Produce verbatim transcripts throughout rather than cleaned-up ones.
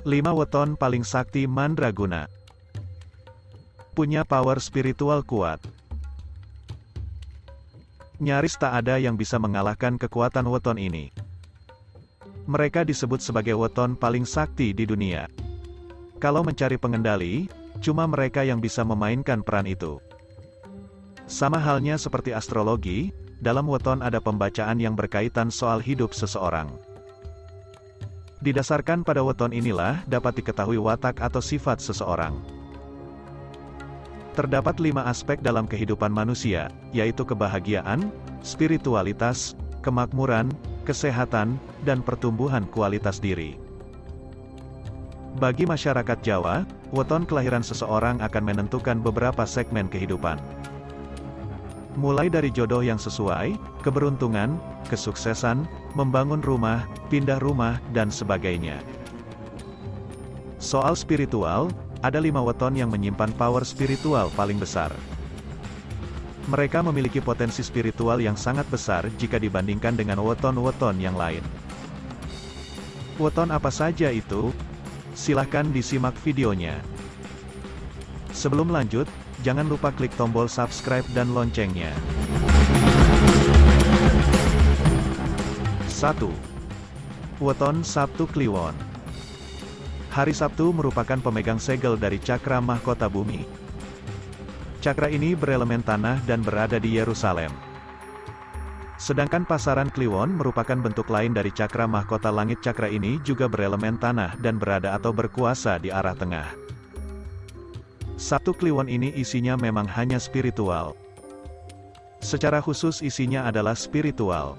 lima weton paling sakti mandraguna. Punya power spiritual kuat. Nyaris tak ada yang bisa mengalahkan kekuatan weton ini. Mereka disebut sebagai weton paling sakti di dunia. Kalau mencari pengendali, cuma mereka yang bisa memainkan peran itu. Sama halnya seperti astrologi, dalam weton ada pembacaan yang berkaitan soal hidup seseorang. Didasarkan pada weton inilah dapat diketahui watak atau sifat seseorang. Terdapat lima aspek dalam kehidupan manusia, yaitu kebahagiaan, spiritualitas, kemakmuran, kesehatan, dan pertumbuhan kualitas diri. Bagi masyarakat Jawa, weton kelahiran seseorang akan menentukan beberapa segmen kehidupan. Mulai dari jodoh yang sesuai, keberuntungan, kesuksesan, membangun rumah, pindah rumah, dan sebagainya. Soal spiritual, ada lima weton yang menyimpan power spiritual paling besar. Mereka memiliki potensi spiritual yang sangat besar jika dibandingkan dengan weton-weton yang lain. Weton apa saja itu? Silahkan disimak videonya. Sebelum lanjut, jangan lupa klik tombol subscribe dan loncengnya. satu. Weton Sabtu Kliwon. Hari Sabtu merupakan pemegang segel dari cakra mahkota bumi. Cakra ini berelemen tanah dan berada di Yerusalem. Sedangkan pasaran Kliwon merupakan bentuk lain dari cakra mahkota langit. Cakra ini juga berelemen tanah dan berada atau berkuasa di arah tengah. Sabtu Kliwon ini isinya memang hanya spiritual. Secara khusus isinya adalah spiritual.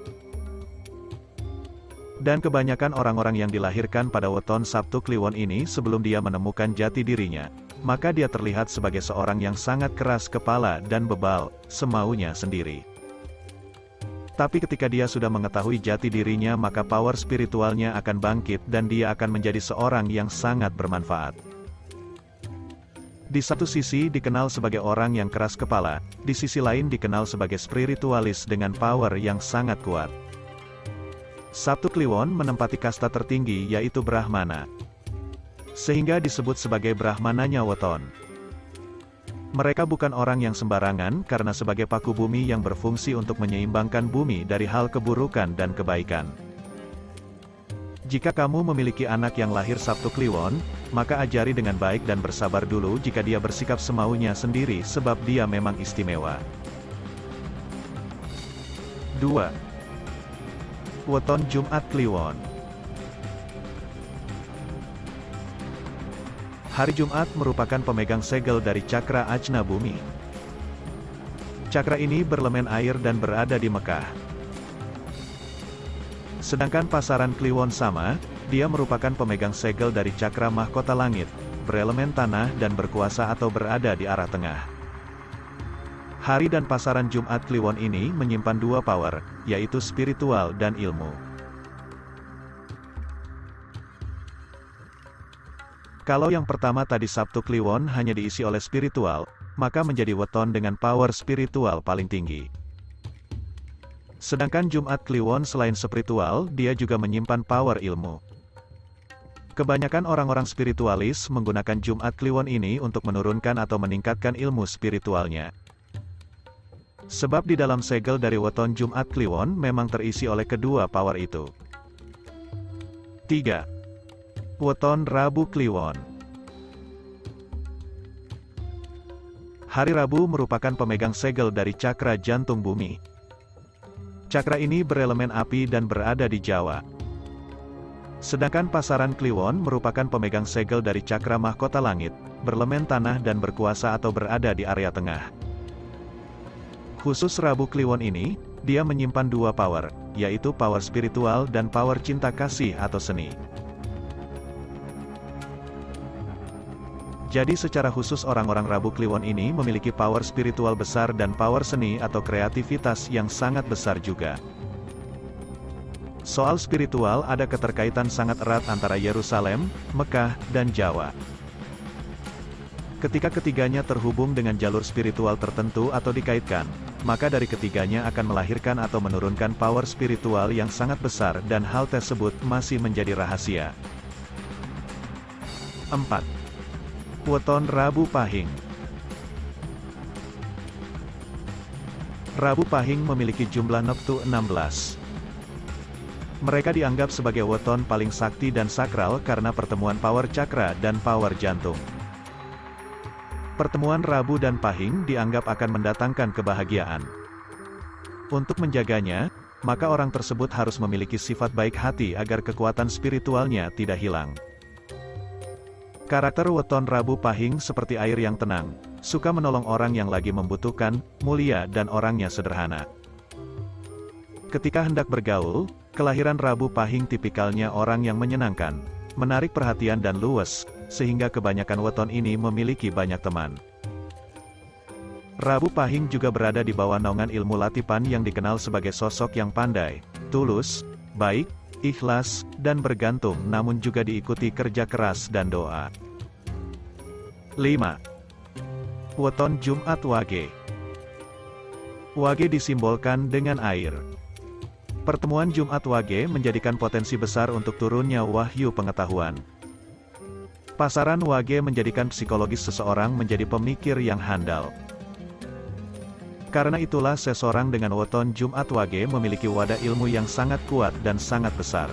Dan kebanyakan orang-orang yang dilahirkan pada weton Sabtu Kliwon ini sebelum dia menemukan jati dirinya, maka dia terlihat sebagai seorang yang sangat keras kepala dan bebal, semaunya sendiri. Tapi ketika dia sudah mengetahui jati dirinya, maka power spiritualnya akan bangkit dan dia akan menjadi seorang yang sangat bermanfaat. Di satu sisi dikenal sebagai orang yang keras kepala, di sisi lain dikenal sebagai spiritualis dengan power yang sangat kuat. Sabtu Kliwon menempati kasta tertinggi yaitu Brahmana. Sehingga disebut sebagai Brahmananya weton. Mereka bukan orang yang sembarangan karena sebagai paku bumi yang berfungsi untuk menyeimbangkan bumi dari hal keburukan dan kebaikan. Jika kamu memiliki anak yang lahir Sabtu Kliwon, maka ajari dengan baik dan bersabar dulu jika dia bersikap semaunya sendiri sebab dia memang istimewa. dua. Weton Jumat Kliwon. Hari Jumat merupakan pemegang segel dari cakra Ajna bumi. Cakra ini berelemen air dan berada di Mekah. Sedangkan pasaran Kliwon sama, dia merupakan pemegang segel dari cakra mahkota langit, berelemen tanah dan berkuasa atau berada di arah tengah. Hari dan pasaran Jumat Kliwon ini menyimpan dua power, yaitu spiritual dan ilmu. Kalau yang pertama tadi Sabtu Kliwon hanya diisi oleh spiritual, maka menjadi weton dengan power spiritual paling tinggi. Sedangkan Jumat Kliwon selain spiritual, dia juga menyimpan power ilmu. Kebanyakan orang-orang spiritualis menggunakan Jumat Kliwon ini untuk menurunkan atau meningkatkan ilmu spiritualnya. Sebab di dalam segel dari weton Jumat Kliwon memang terisi oleh kedua power itu. tiga. Weton Rabu Kliwon. Hari Rabu merupakan pemegang segel dari cakra jantung bumi. Cakra ini berelemen api dan berada di Jawa. Sedangkan pasaran Kliwon merupakan pemegang segel dari cakra mahkota langit, berelemen tanah dan berkuasa atau berada di area tengah. Khusus Rabu Kliwon ini, dia menyimpan dua power, yaitu power spiritual dan power cinta kasih atau seni. Jadi secara khusus orang-orang Rabu Kliwon ini memiliki power spiritual besar dan power seni atau kreativitas yang sangat besar juga. Soal spiritual ada keterkaitan sangat erat antara Yerusalem, Mekah, dan Jawa. Ketika ketiganya terhubung dengan jalur spiritual tertentu atau dikaitkan, maka dari ketiganya akan melahirkan atau menurunkan power spiritual yang sangat besar dan hal tersebut masih menjadi rahasia. empat. Weton Rabu Pahing. Rabu Pahing memiliki jumlah neptu enam belas. Mereka dianggap sebagai weton paling sakti dan sakral karena pertemuan power cakra dan power jantung. Pertemuan Rabu dan Pahing dianggap akan mendatangkan kebahagiaan. Untuk menjaganya, maka orang tersebut harus memiliki sifat baik hati agar kekuatan spiritualnya tidak hilang. Karakter weton Rabu Pahing seperti air yang tenang, suka menolong orang yang lagi membutuhkan, mulia dan orangnya sederhana. Ketika hendak bergaul, kelahiran Rabu Pahing tipikalnya orang yang menyenangkan, menarik perhatian dan luwes, sehingga kebanyakan weton ini memiliki banyak teman. Rabu Pahing juga berada di bawah naungan ilmu latipan yang dikenal sebagai sosok yang pandai, tulus, baik, ikhlas, dan bergantung namun juga diikuti kerja keras dan doa. lima. Weton Jumat Wage. Wage disimbolkan dengan air. Pertemuan Jumat Wage menjadikan potensi besar untuk turunnya wahyu pengetahuan. Pasaran Wage menjadikan psikologis seseorang menjadi pemikir yang handal. Karena itulah seseorang dengan weton Jumat Wage memiliki wadah ilmu yang sangat kuat dan sangat besar.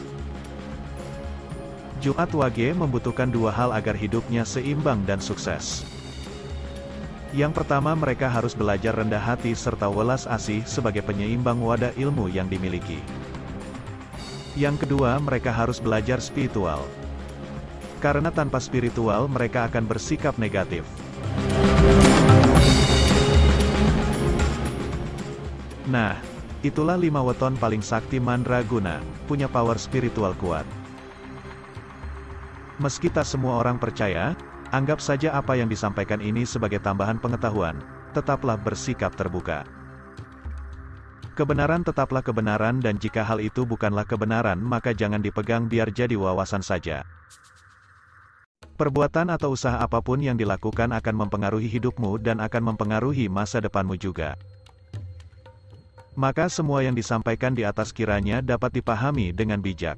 Jumat Wage membutuhkan dua hal agar hidupnya seimbang dan sukses. Yang pertama, mereka harus belajar rendah hati serta welas asih sebagai penyeimbang wadah ilmu yang dimiliki. Yang kedua, mereka harus belajar spiritual. Karena tanpa spiritual mereka akan bersikap negatif. Nah, itulah lima weton paling sakti mandraguna, punya power spiritual kuat. Meski tak semua orang percaya, anggap saja apa yang disampaikan ini sebagai tambahan pengetahuan, tetaplah bersikap terbuka. Kebenaran tetaplah kebenaran dan jika hal itu bukanlah kebenaran maka jangan dipegang biar jadi wawasan saja. Perbuatan atau usaha apapun yang dilakukan akan mempengaruhi hidupmu dan akan mempengaruhi masa depanmu juga. Maka semua yang disampaikan di atas kiranya dapat dipahami dengan bijak.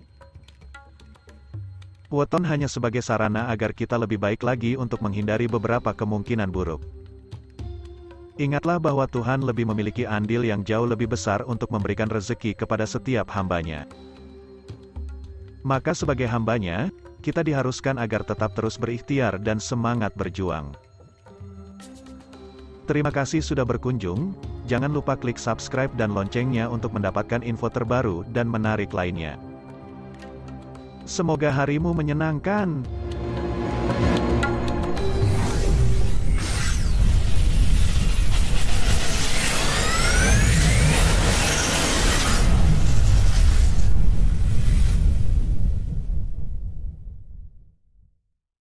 Weton hanya sebagai sarana agar kita lebih baik lagi untuk menghindari beberapa kemungkinan buruk. Ingatlah bahwa Tuhan lebih memiliki andil yang jauh lebih besar untuk memberikan rezeki kepada setiap hambanya. Maka sebagai hambanya, kita diharuskan agar tetap terus berikhtiar dan semangat berjuang. Terima kasih sudah berkunjung, jangan lupa klik subscribe dan loncengnya untuk mendapatkan info terbaru dan menarik lainnya. Semoga harimu menyenangkan.